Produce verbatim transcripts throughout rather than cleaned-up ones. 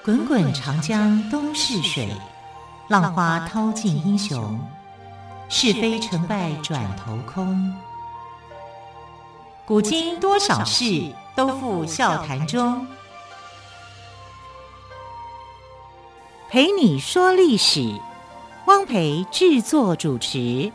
滚滚长江东逝水，浪花淘尽英雄。是非成败转头空。古今多少事，都付笑谈中。陪你说历史，汪培制作主持。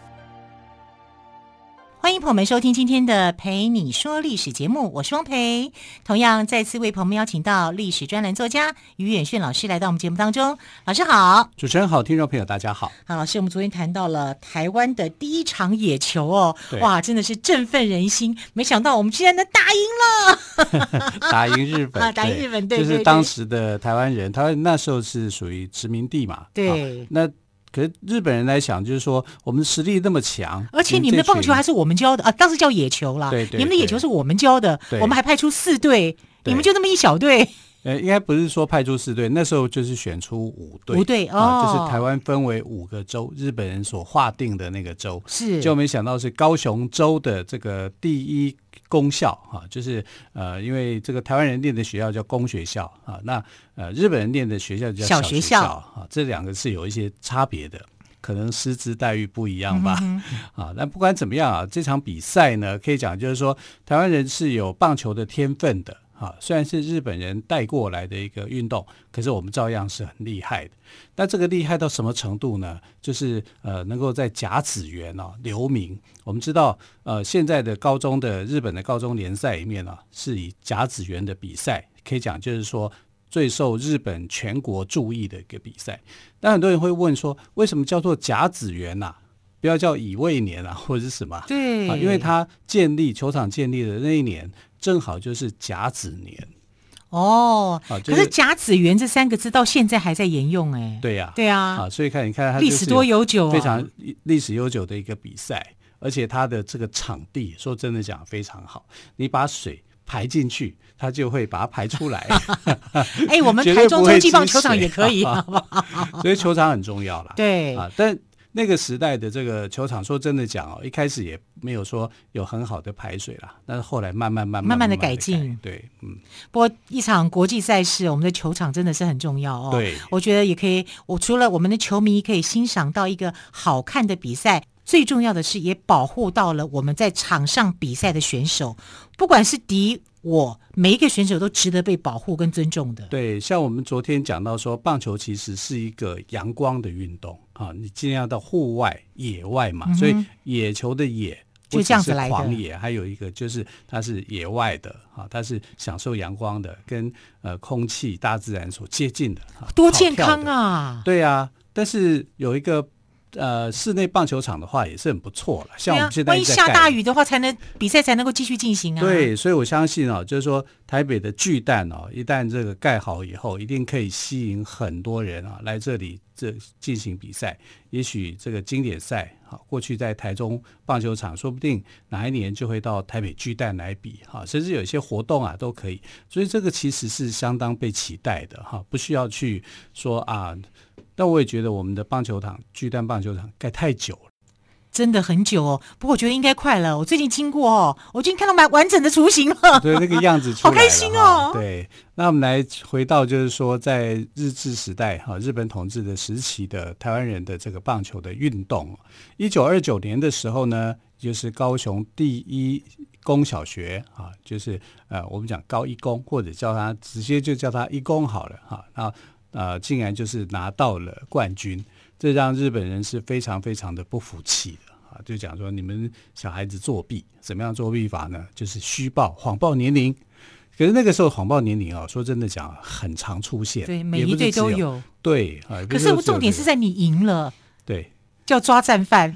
欢迎朋友们收听今天的陪你说历史节目，我是汪培。同样再次为朋友们邀请到历史专栏作家于远炫老师来到我们节目当中。老师好。 主持人好，听众朋友大家好。 好，老师，我们昨天谈到了台湾的第一场野球哦，哇，真的是振奋人心。没想到我们居然能打赢了， 打赢日本， 啊、打赢日本，对， 就是当时的台湾人，台湾那时候是属于殖民地嘛， 对， 那。可是日本人来想，就是说我们实力那么强， 而且你们的棒球还是我们教的啊，当时叫野球啦， 对对对， 你们的野球是我们教的，我们还派出四队，你们就那么一小队。 呃，应该不是说派出四队，那时候就是选出五队， 五队哦、 啊，就是台湾分为五个州，日本人所划定的那个州， 是， 就没想到是高雄州的这个第一公校啊，就是呃，因为这个台湾人念的学校叫公学校啊，那呃日本人念的学校叫小学校啊，这两个是有一些差别的。可能师资待遇不一样吧，嗯、啊，但不管怎么样啊，这场比赛呢，可以讲就是说，台湾人是有棒球的天分的啊。虽然是日本人带过来的一个运动，可是我们照样是很厉害的。那这个厉害到什么程度呢？就是呃，能够在甲子园啊留名。我们知道，呃，现在的高中的日本的高中联赛里面啊，是以甲子园的比赛，可以讲就是说。最受日本全国注意的一个比赛，但很多人会问说，为什么叫做甲子园啊？不要叫乙未年啊，或者是什么？ 对、 啊，因为它建立球场建立的那一年，正好就是甲子年。 哦，啊就是、可是甲子园这三个字到现在还在沿用哎。 对呀、啊， 对啊， 啊，所以看你看它历史多悠久啊， 非常历史悠久的一个比赛，而且它的这个场地，说真的讲非常好，你把水排进去，它就会把它排出来。 哎，我们台中洲际棒球场也可以，好不好？ 所以球场很重要啦。 对啊，但那个时代的这个球场，说真的讲哦，一开始也没有说有很好的排水啦，但是后来慢慢慢慢慢慢的改进。 对，嗯。 不过一场国际赛事，我们的球场真的是很重要哦。 对， 我觉得也可以。我除了我们的球迷可以欣赏到一个好看的比赛。最重要的是也保护到了我们在场上比赛的选手，不管是敌我，每一个选手都值得被保护跟尊重的。 对，像我们昨天讲到说，棒球其实是一个阳光的运动啊，你尽量到户外野外嘛、嗯、所以野球的野就这样子来的， 狂野还有一个就是它是野外的啊，它是享受阳光的，跟呃空气大自然所接近的， 多健康啊！ 对啊，但是有一个呃，室内棒球场的话也是很不错了。像我们现在在、啊、 万一下大雨的话，才能比赛才能够继续进行啊。 对，所以我相信哦，就是说台北的巨蛋哦，一旦这个盖好以后，一定可以吸引很多人啊来这里这进行比赛。也许这个经典赛啊，过去在台中棒球场，说不定哪一年就会到台北巨蛋来比哈，甚至有一些活动啊都可以。所以这个其实是相当被期待的哈，不需要去说啊。但我也觉得我们的棒球场巨蛋棒球场盖太久了， 真的很久哦。不过我觉得应该快了。我最近经过哦，我已经看到蛮完整的雏形了。 对，那个样子出来了， 好开心哦。 对，那我们来回到就是说，在日治时代哈，日本统治的时期的台湾人的这个棒球的运动。一九二九年的时候呢，就是高雄第一公小学啊，就是呃，我们讲高一公，或者叫他直接就叫他一公好了哈。那呃，竟然就是拿到了冠军，这让日本人是非常非常的不服气的啊！就讲说你们小孩子作弊，怎么样作弊法呢？就是虚报、谎报年龄。可是那个时候谎报年龄啊，说真的讲很常出现， 对，每一队都有。 对啊， 可是重点是在你赢了， 对， 叫抓战犯。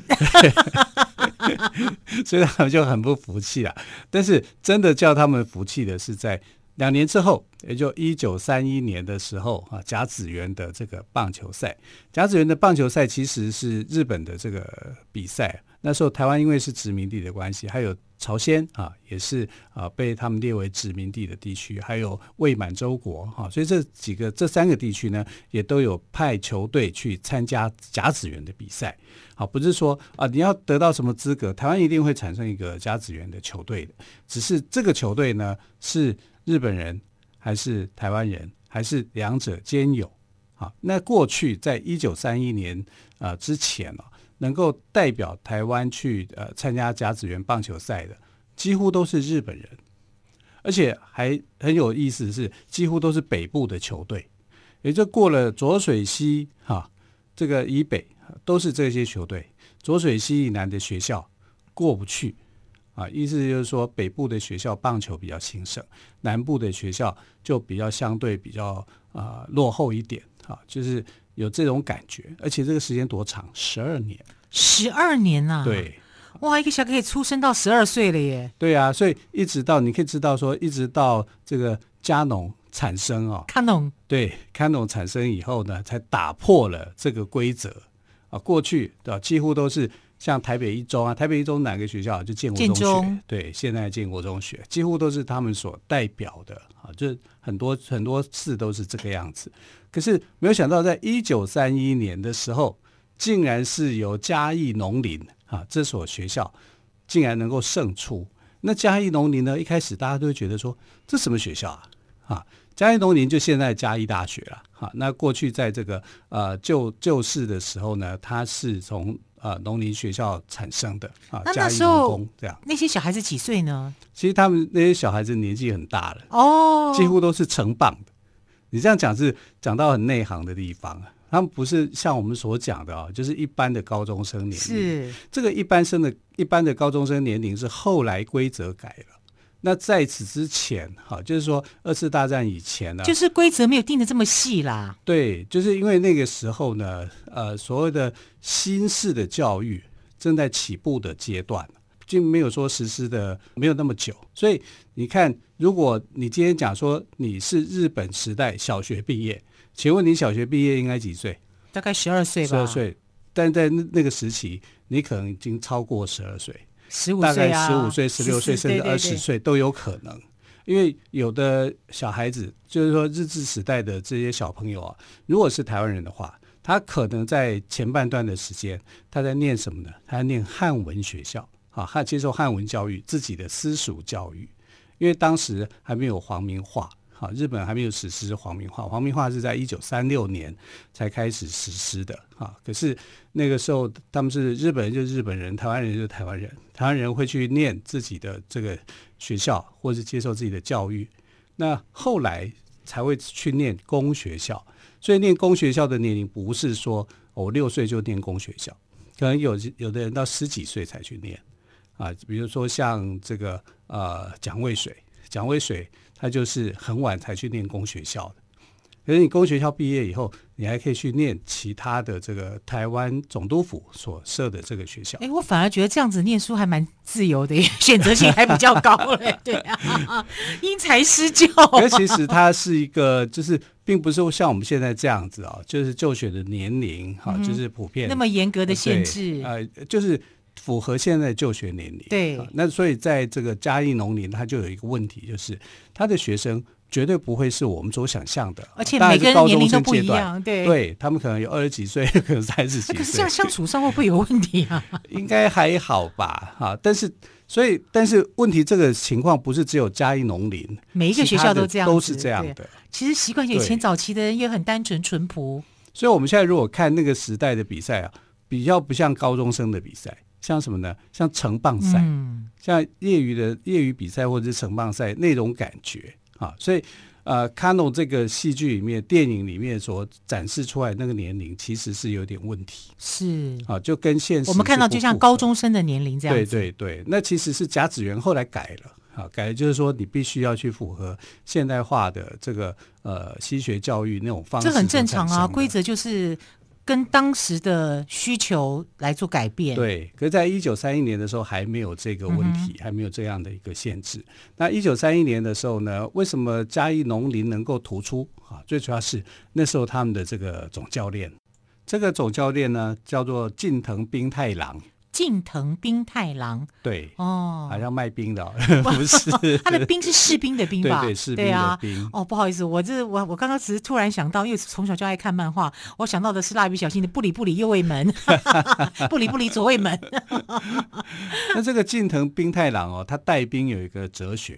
所以他们就很不服气了。但是真的叫他们服气的是在两年之后，也就一九三一年的时候啊，甲子园的这个棒球赛，甲子园的棒球赛其实是日本的这个比赛。那时候台湾因为是殖民地的关系，还有朝鲜啊，也是啊被他们列为殖民地的地区，还有伪满洲国哈、啊，所以这几个这三个地区呢，也都有派球队去参加甲子园的比赛。好，不是说啊你要得到什么资格，台湾一定会产生一个甲子园的球队的，只是这个球队呢是日本人还是台湾人还是两者兼有？好，那过去在一九三一年呃之前哦，能够代表台湾去呃参加甲子园棒球赛的，几乎都是日本人，而且还很有意思的是，几乎都是北部的球队，也就过了浊水溪哈，这个以北都是这些球队，浊水溪以南的学校过不去啊，意思就是说北部的学校棒球比较兴盛，南部的学校就比较相对比较啊、呃、落后一点啊，就是有这种感觉，而且这个时间多长，十二年， 十二年啊， 对。 哇，一个小孩可以出生到十二岁了耶！ 对啊，所以一直到你可以知道说，一直到这个加农产生哦， 卡农对，卡农产生以后呢，才打破了这个规则啊。过去的几乎都是像台北一中啊，台北一中哪个学校就建国中学， 中对，现在建国中学几乎都是他们所代表的啊，就很多很多次都是这个样子。可是没有想到，在一九三一年的时候，竟然是由嘉义农林啊，这所学校竟然能够胜出。那嘉义农林呢？一开始大家都会觉得说，这什么学校啊？啊，嘉义农林就现在嘉义大学了。啊，那过去在这个呃旧旧市的时候呢，它是从呃农林学校产生的啊。 那那时候这样， 那些小孩子几岁呢？ 其实他们那些小孩子年纪很大了哦， 几乎都是成棒的。你这样讲是讲到很内行的地方啊。他们不是像我们所讲的啊，就是一般的高中生年龄。 是这个一般生的一般的高中生年龄是后来规则改了。那在此之前，哈，就是说二次大战以前呢， 就是规则没有定得这么细啦。 对，就是因为那个时候呢，呃，所谓的新式的教育正在起步的阶段，就没有说实施的没有那么久。所以你看，如果你今天讲说你是日本时代小学毕业。请问你小学毕业应该几岁？ 大概十二岁吧。 十二岁，但在那个时期，你可能已经超过十二岁， 十五岁啊， 大概十五岁、十六岁，甚至二十岁都有可能。因为有的小孩子，就是说日治时代的这些小朋友啊，如果是台湾人的话，他可能在前半段的时间，他在念什么呢？他在念汉文学校啊，他接受汉文教育，自己的私塾教育，因为当时还没有皇民化。好，日本还没有实施皇民化，皇民化是在一九三六年才开始实施的啊。可是那个时候他们是日本人就是日本人，台湾人就是台湾人，台湾人会去念自己的这个学校，或是接受自己的教育。那后来才会去念公学校，所以念公学校的年龄不是说我六岁就念公学校，可能有有的人到十几岁才去念啊。比如说像这个呃蒋渭水，蒋渭水。他就是很晚才去念公学校的，可是你公学校毕业以后，你还可以去念其他的这个台湾总督府所设的这个学校。 哎，我反而觉得这样子念书还蛮自由的，选择性还比较高嘞。对啊，因材施教。 可是其实它是一个，就是并不是像我们现在这样子啊，就是就学的年龄哈、嗯，就是普遍那么严格的限制。 呃，就是符合现在就学年龄。 对、 啊，那所以在这个嘉义农林，它就有一个问题，就是他的学生绝对不会是我们所想象的， 而且每个人年龄都不一样。对， 对他们可能有二十几岁，可能三十几岁。 可是这样相处上会不会有问题啊？ 应该还好吧，哈。但是，所以，但是问题这个情况不是只有嘉义农林， 每一个学校都这样子， 都是这样的。 其实习惯以前早期的人也很单纯淳朴， 所以我们现在如果看那个时代的比赛啊，比较不像高中生的比赛。像什么呢？像成棒赛、嗯，像业余的业余比赛或者是成棒赛那种感觉啊，所以呃，卡农这个戏剧里面、电影里面所展示出来那个年龄，其实是有点问题， 是啊，就跟现实我们看到就像高中生的年龄这样子，对对对，那其实是甲子园后来改了啊，改了就是说你必须要去符合现代化的这个呃西学教育那种方式， 这很正常啊，规则就是。跟当时的需求来做改变。 对，可是在一九三一年的时候还没有这个问题、嗯、还没有这样的一个限制。那一九三一年的时候呢，为什么嘉义农林能够突出啊？最主要是那时候他们的这个总教练，这个总教练呢叫做近藤兵太郎。 近藤兵太郎， 对哦， 好像卖冰的、哦，不是？ 他的兵是士兵的兵吧？ 对对，士兵的兵。 啊、哦，不好意思，我这我我刚刚只是突然想到，因为从小就爱看漫画，我想到的是蜡笔小新的不理不理右卫门，不理不理左卫门。 那这个近藤兵太郎哦，他带兵有一个哲学啦，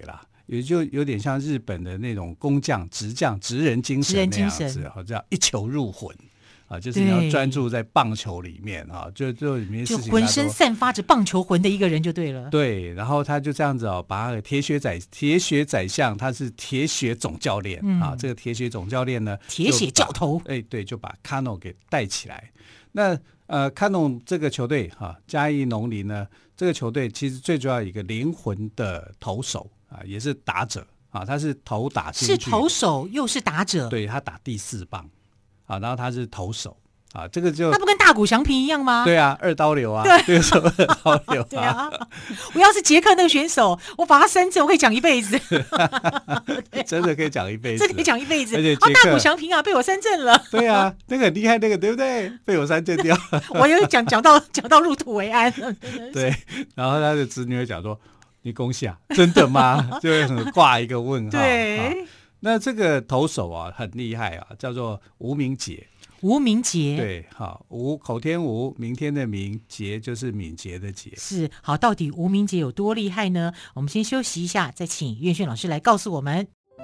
也就有点像日本的那种工匠、职匠、职人精神那样子，好叫一球入魂。啊，就是你要专注在棒球里面啊，就就里面事情就浑身散发着棒球魂的一个人就对了。 对，然后他就这样子哦，把他的铁血宰铁血宰相，他是铁血总教练、嗯、啊，这个铁血总教练呢， 铁血教头， 哎，对，就把 Kano 给带起来。那呃 Kano 这个球队哈、啊，嘉义农林呢，这个球队其实最主要一个灵魂的投手啊，也是打者啊，他是投打兼具， 是投手又是打者， 对，他打第四棒。啊，然后他是投手啊，这个就他不跟大谷翔平一样吗？ 对啊，二刀流啊， 对， 这个时候二刀流、啊， 对啊。我要是捷克那个选手，我把他三振，我可以讲一辈子， 真的可以讲一辈子， 真的可以讲一辈子。 而且哦，大谷翔平啊，被我三振了。 对啊，那个很厉害，那个对不对？被我三振掉。 我有讲讲到讲到入土为安。 对，然后他的侄女会讲说：“你恭喜啊，真的吗？”就会很挂一个问号。 对。 啊那这个投手啊很厉害啊，叫做吴明杰。 吴明杰， 对，好，吴口天吴，明天的明，杰就是敏捷的捷。 是，好，到底吴明杰有多厉害呢？我们先休息一下，再请岳轩老师来告诉我们。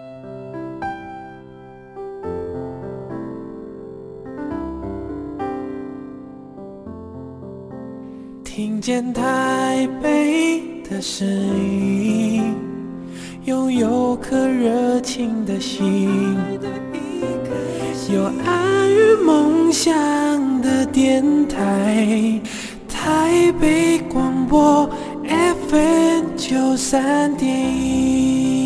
听见台北的声音，拥有颗热情的心，有爱与梦想的电台，台北广播 F M 九三点一。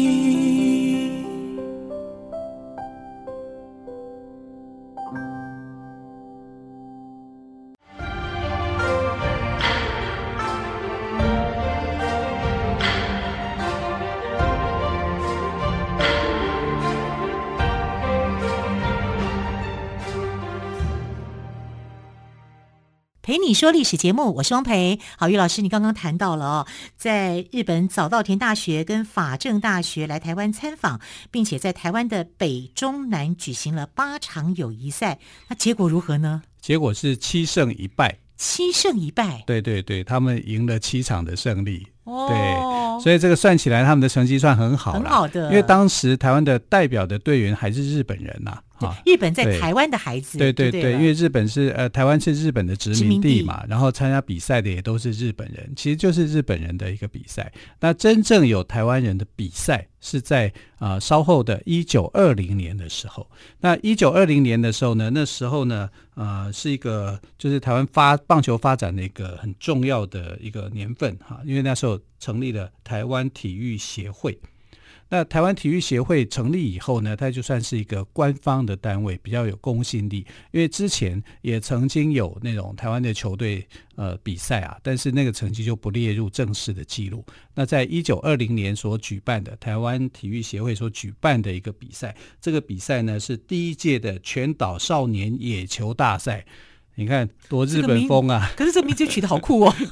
陪你说历史节目，我是汪培。好，于老师，你刚刚谈到了哦，在日本早稻田大学跟法政大学来台湾参访，并且在台湾的北中南举行了八场友谊赛，那结果如何呢？ 结果是七胜一败。 七胜一败， 对对对，他们赢了七场的胜利。 哦， 对，所以这个算起来，他们的成绩算很好了， 很好的。 因为当时台湾的代表的队员还是日本人呐、 啊，日本在台湾的孩子， 对对 对, 对，因为日本是呃台湾是日本的殖民地嘛， 地然后参加比赛的也都是日本人，其实就是日本人的一个比赛。那真正有台湾人的比赛是在啊、呃、稍后的一九二零年的时候。那一九二零年的时候呢，那时候呢呃是一个就是台湾发棒球发展的一个很重要的一个年份哈，因为那时候成立了台湾体育协会。那台湾体育协会成立以后呢，它就算是一个官方的单位，比较有公信力。因为之前也曾经有那种台湾的球队呃比赛啊，但是那个成绩就不列入正式的记录。那在一九二零年所举办的台湾体育协会所举办的一个比赛，这个比赛呢是第一届的全岛少年野球大赛。你看多日本风啊！ 可是这名字取得好酷哦。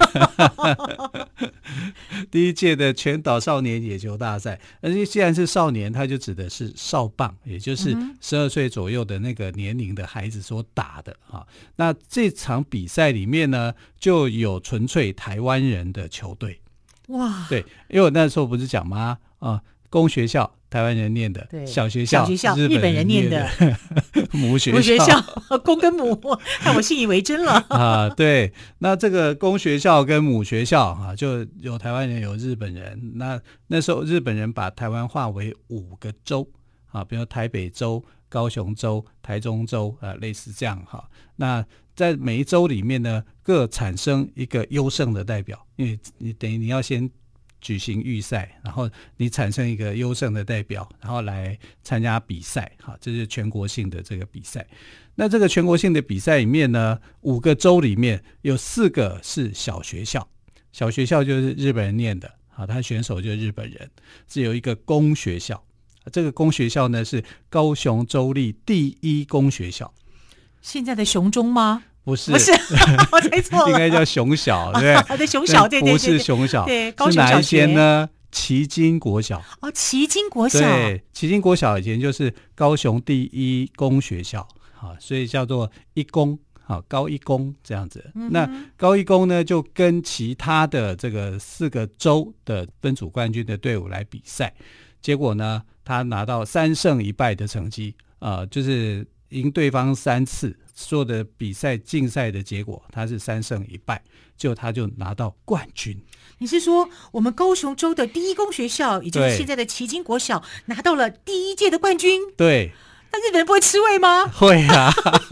第一届的全岛少年野球大赛，而且既然是少年，它就指的是少棒，也就是十二岁左右的那个年龄的孩子所打的啊。那这场比赛里面呢，就有纯粹台湾人的球队。 哇！ 对，因为我那时候不是讲吗？啊，公学校台湾人念的，小学校小学校日本人念的， 母学校母学校公跟母，害我信以为真了啊！对，那这个公学校跟母学校啊，就有台湾人有日本人。那那时候日本人把台湾划为五个州啊，比如台北州、高雄州、台中州啊，类似这样哈。那在每一州里面呢，各产生一个优胜的代表，因为你等于你要先举行预赛，然后你产生一个优胜的代表，然后来参加比赛，好，这是全国性的这个比赛。那这个全国性的比赛里面呢，五个州里面有四个是小学校，小学校就是日本人念的，好，他选手就是日本人。是有一个公学校，这个公学校呢是高雄州立第一公学校。 现在的雄中吗？ 不是， 不是，我猜错了， 应该叫雄小，对不对？ 对，雄小，对对对， 不是雄小， 对，高雄是哪一间呢？旗津国小。 哦，旗津国小， 对，旗津国小以前就是高雄第一公学校啊，所以叫做一公好，高一工这样子。嗯、那高一工呢，就跟其他的这个四个州的分组冠军的队伍来比赛，结果呢，他拿到三胜一败的成绩，呃，就是赢对方三次，所有的比赛竞赛的结果，他是三胜一败，结果他就拿到冠军。 你是说我们高雄州的第一公学校，也就是现在的旗津国小，拿到了第一届的冠军？ 对。 那日本人不会吃味吗？ 会啊，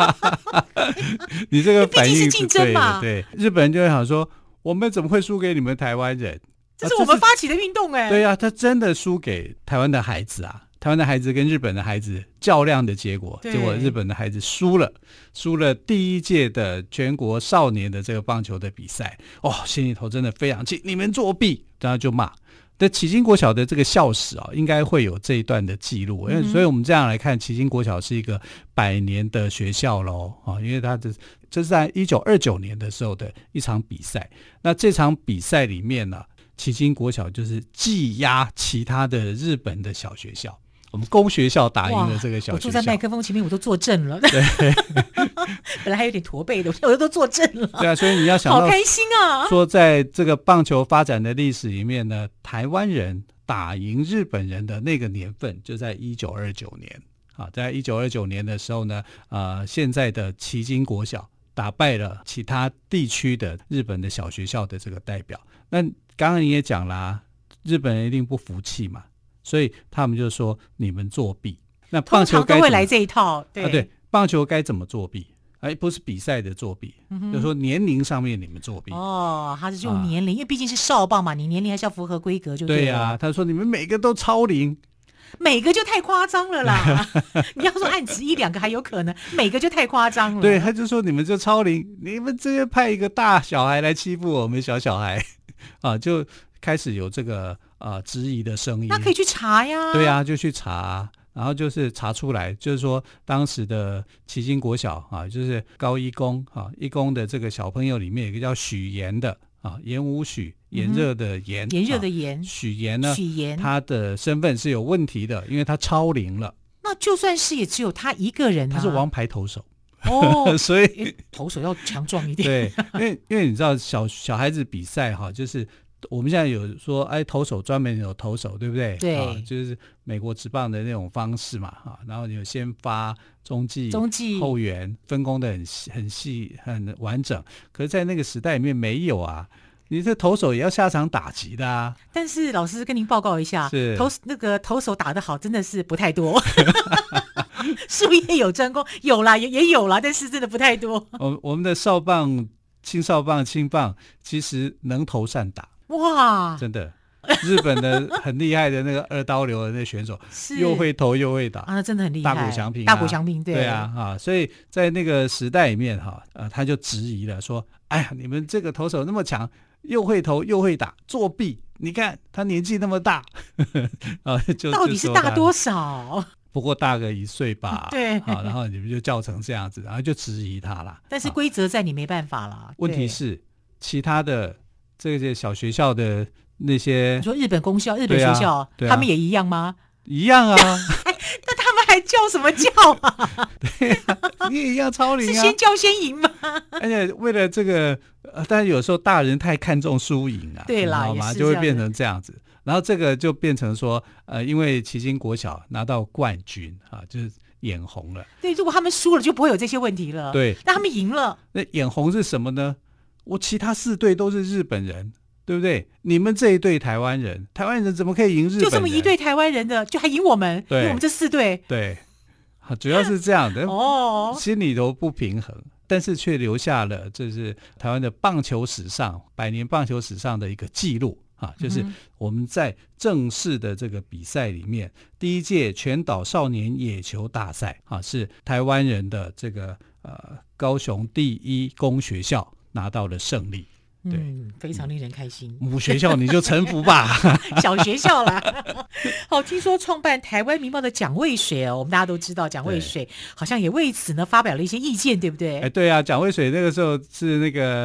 你这个反应是毕竟是竞争嘛。 对，日本人就会想说，我们怎么会输给你们台湾人？ 这是我们发起的运动哎、欸。 对啊，他真的输给台湾的孩子啊！台湾的孩子跟日本的孩子较量的结果，结果日本的孩子输了，输了第一届的全国少年的这个棒球的比赛。哦，心里头真的非常气，你们作弊，然后就骂。但旗津国小的这个校史啊，应该会有这一段的记录，因为所以我们这样来看，旗津国小是一个百年的学校喽啊，因为它的这是在一九二九年的时候的一场比赛。那这场比赛里面呢、啊，旗津国小就是技压其他的日本的小学校。我们公学校打赢了这个小学校，我坐在麦克风前面我都坐正了，对，本来还有点驼背的，我都坐正了。 对啊，所以你要想到， 好开心啊！ 说在这个棒球发展的历史里面呢，台湾人打赢日本人的那个年份就在一九二九年啊，在一九二九年的时候呢，呃，现在的旗津国小打败了其他地区的日本的小学校的这个代表。那刚刚你也讲啦，日本人一定不服气嘛。所以他们就说你们作弊。那棒球该通常都会来这一套，对、 啊、对，棒球该怎么作弊？哎，不是比赛的作弊，嗯、就是说年龄上面你们作弊。 哦，他是用年龄、啊，因为毕竟是少棒嘛，你年龄还是要符合规格就对了。 对呀、啊，他说你们每个都超龄， 每个就太夸张了啦。你要说按指一两个还有可能，每个就太夸张了。 对，他就说你们就超龄，你们直接派一个大小孩来欺负我们小小孩啊，就开始有这个。啊，质疑的声音， 那可以去查呀。 对啊，就去查，然后就是查出来，就是说当时的旗津国小啊，就是高一公啊，一公的这个小朋友里面有一个叫许炎的啊，炎武许，炎热的炎， 炎热的炎， 许炎呢， 许炎他的身份是有问题的，因为他超龄了。 那就算是也只有他一个人、啊， 他是王牌投手。 哦， 所以投手要强壮一点。 对，因为因为你知道小小孩子比赛哈，就是我们现在有说，哎，投手专门有投手，对不对？ 对、 啊，就是美国职棒的那种方式嘛，哈、啊，然后有先发、中继、 中继、 后援，分工的很很细、很完整。可是，在那个时代里面没有啊，你这投手也要下场打击的啊。 但是老师跟您报告一下， 是投那个投手打得好，真的是不太多。术业有专攻，有啦，也也有啦，但是真的不太多。 我我们的少棒、青少棒、青棒，其实能投善打。 哇， 真的，日本的很厉害的那个二刀流的那选手，又会投又会打啊，那真的很厉害。 大谷翔平、啊， 大谷翔平，对对啊，啊，所以在那个时代里面哈，呃，他就质疑了，说，哎呀，你们这个投手那么强，又会投又会打，作弊！你看他年纪那么大，啊，就到底是大多少？ 不过大个一岁吧， 对， 啊，然后你们就叫成这样子，然后就质疑他啦。 但是规则在，你没办法啦。 问题是其他的。这些小学校的那些， 你说日本公校、日本学校，啊啊、他们也一样吗？ 一样啊。 那他们还叫什么叫啊？ 对啊，你也一样超龄啊。 是先叫先赢吗？ 而且为了这个，呃，但是有时候大人太看重输赢啊， 对啦， 好吗？就会变成这样子。然后这个就变成说，呃，因为旗津国小拿到冠军啊，就是眼红了。 对，如果他们输了，就不会有这些问题了。 对， 但他们赢了， 那眼红是什么呢？我其他四队都是日本人，对不对？你们这一队台湾人，台湾人怎么可以赢日本人？ 就这么一队台湾人的，就还赢我们，赢我们这四队。 对，主要是这样的哦， 心里头不平衡，但是却留下了这是台湾的棒球史上百年棒球史上的一个记录啊，就是我们在正式的这个比赛里面，第一届全岛少年野球大赛啊，是台湾人的这个呃高雄第一公学校拿到了胜利。对， 嗯，非常令人开心。 母学校你就臣服吧。 小学校啦。好，听说创办台湾民报的蒋渭水哦，我们大家都知道蒋渭水好像也为此呢发表了一些意见，对不对？ 哎，对啊，蒋渭水那个时候是那个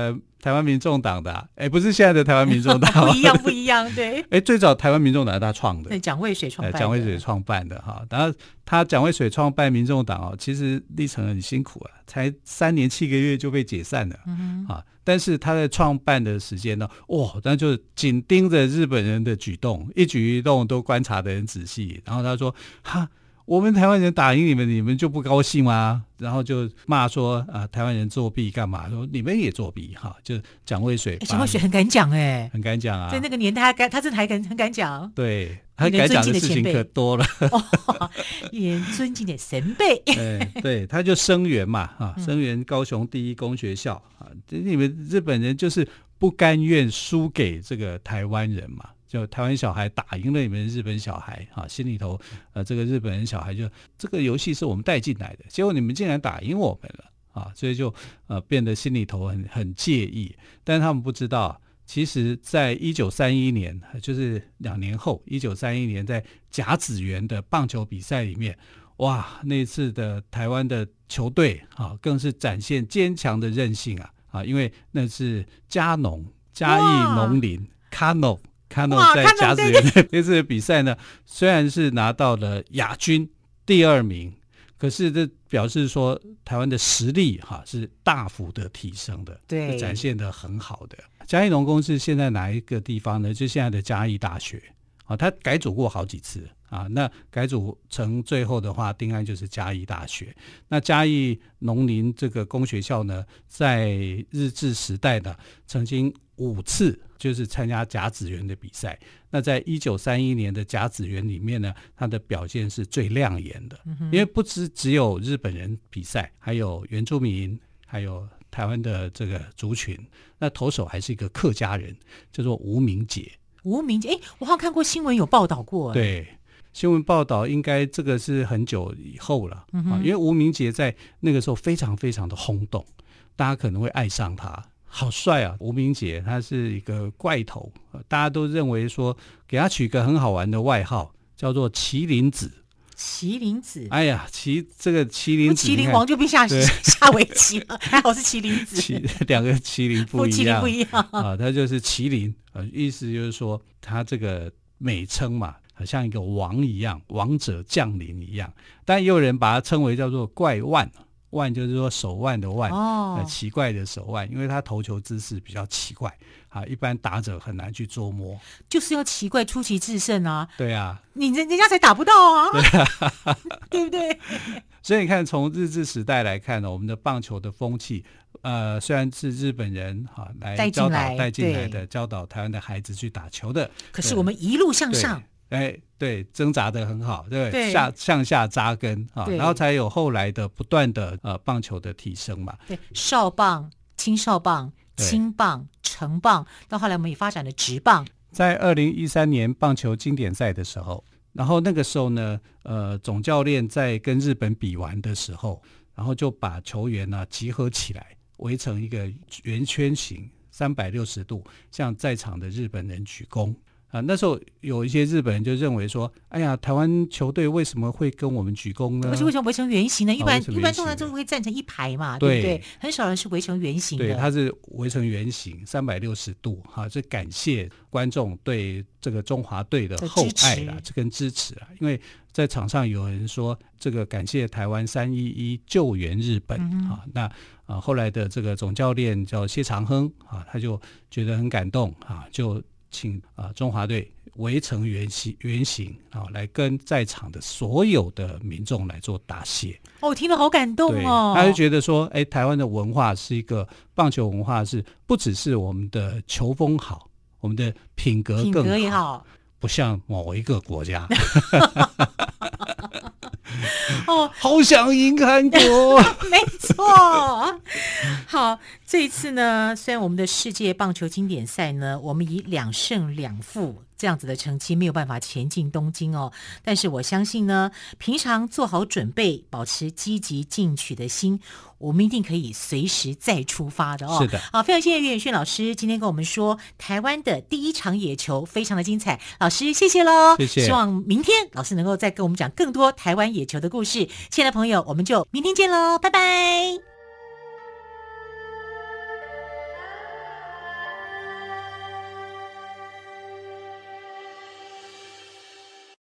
台湾民众党的、啊，哎，不是现在的台湾民众党， 不一样，不一样，对。 哎，最早台湾民众党是他创的， 对，蒋渭水创办的， 蒋渭水创办的哈。然后他蒋渭水创办民众党哦，其实历程很辛苦啊，才三年七个月就被解散了、嗯、啊。但是他在创办的时间呢，哇，那就紧盯着日本人的举动，一举一动都观察得很仔细。然后他说，哈。我们台湾人打赢你们，你们就不高兴吗？然后就骂说啊，台湾人作弊干嘛？说你们也作弊哈，就蒋渭水。 蒋渭水很敢讲哎， 很敢讲啊， 在那个年代他敢，他真的还敢很敢讲。 对，他敢讲的事情可多了。 哦，也尊敬的前辈。 对对，他就声援嘛啊，声援高雄第一公学校啊，你们日本人就是不甘愿输给这个台湾人嘛。就台湾小孩打赢了你们日本小孩啊，心里头呃，这个日本人小孩就这个游戏是我们带进来的，结果你们竟然打赢我们了啊，所以就呃变得心里头很很介意。但是他们不知道，其实在一九三一年，就是两年后，一九三一年在甲子园的棒球比赛里面，哇，那次的台湾的球队啊，更是展现坚强的韧性啊啊，因为那是嘉农嘉义农林 Kano。看到在甲子园的这次比赛呢，虽然是拿到了亚军第二名，可是这表示说台湾的实力哈是大幅的提升的， 对， 展现的很好的。嘉义农工是现在哪一个地方呢？就现在的嘉义大学啊，它改组过好几次啊。那改组成最后的话，定案就是嘉义大学。那嘉义农林这个工学校呢，在日治时代呢，曾经五次就是参加甲子园的比赛。那在一九三一年的甲子园里面呢，他的表现是最亮眼的，嗯、因为不只只有日本人比赛，还有原住民，还有台湾的这个族群。那投手还是一个客家人，叫做吴明杰。 吴明杰，哎，我好像看过新闻有报道过。 对，新闻报道应该这个是很久以后了、嗯啊、因为吴明杰在那个时候非常非常的轰动，大家可能会爱上他。好帅啊！吴明杰他是一个怪头，大家都认为说给他取个很好玩的外号，叫做麒麟子。 麒麟子， 哎呀，麒这个麒麟子， 麒麟王就变下下围棋了，还好是麒麟子， 两个麒麟不一样， 不一样啊，他就是麒麟，呃，意思就是说他这个美称嘛，好像一个王一样，王者降临一样，但也有人把它称为叫做怪腕。腕就是说手腕的腕、哦呃，奇怪的手腕，因为他投球姿势比较奇怪啊，一般打者很难去捉摸， 就是要奇怪出奇制胜啊。 对啊， 你人人家才打不到啊，对啊，对不对？ 所以你看，从日治时代来看呢，我们的棒球的风气，呃，虽然是日本人哈、啊、来教导带进来的，教导台湾的孩子去打球的， 可是我们一路向上。 哎，对，挣扎得很好，对不对？下向下扎根啊，然后才有后来的不断的呃棒球的提升嘛。 对，少棒、青少棒、青棒、成棒，到后来我们也发展了职棒。 在二零一三年棒球经典赛的时候，然后那个时候呢，呃，总教练在跟日本比完的时候，然后就把球员呢、啊、集合起来，围成一个圆圈形，三百六十度，向在场的日本人鞠躬。啊，那时候有一些日本人就认为说，哎呀，台湾球队为什么会跟我们鞠躬呢？ 而且为什么围成圆形呢？一般、哦、一般通常都会站成一排嘛， 对, 对不对？很少人是围成圆形的。 对，它是围成圆形，三百六十度，哈、啊，这感谢观众对这个中华队的厚爱啦，这跟支持啊。因为在场上有人说，这个感谢台湾三一一救援日本、嗯、啊，那啊后来的这个总教练叫谢长亨啊，他就觉得很感动啊，就。请啊、呃、中华队围成圆形圆形啊，来跟在场的所有的民众来做答谢。 哦，我听了好感动哦。 他就觉得说，哎，台湾的文化是一个棒球文化，是不只是我们的球风好，我们的品格更好， 品格也好， 不像某一个国家。 哦， 好想赢韩国。 没错。好，这一次呢，虽然我们的世界棒球经典赛呢，我们以两胜两负这样子的成绩没有办法前进东京哦，但是我相信呢，平常做好准备，保持积极进取的心，我们一定可以随时再出发的哦。 是的， 好，非常谢谢岳远逊老师今天跟我们说台湾的第一场野球非常的精彩，老师谢谢喽， 谢谢。 希望明天老师能够再跟我们讲更多台湾野球的故事。亲爱的朋友，我们就明天见喽，拜拜。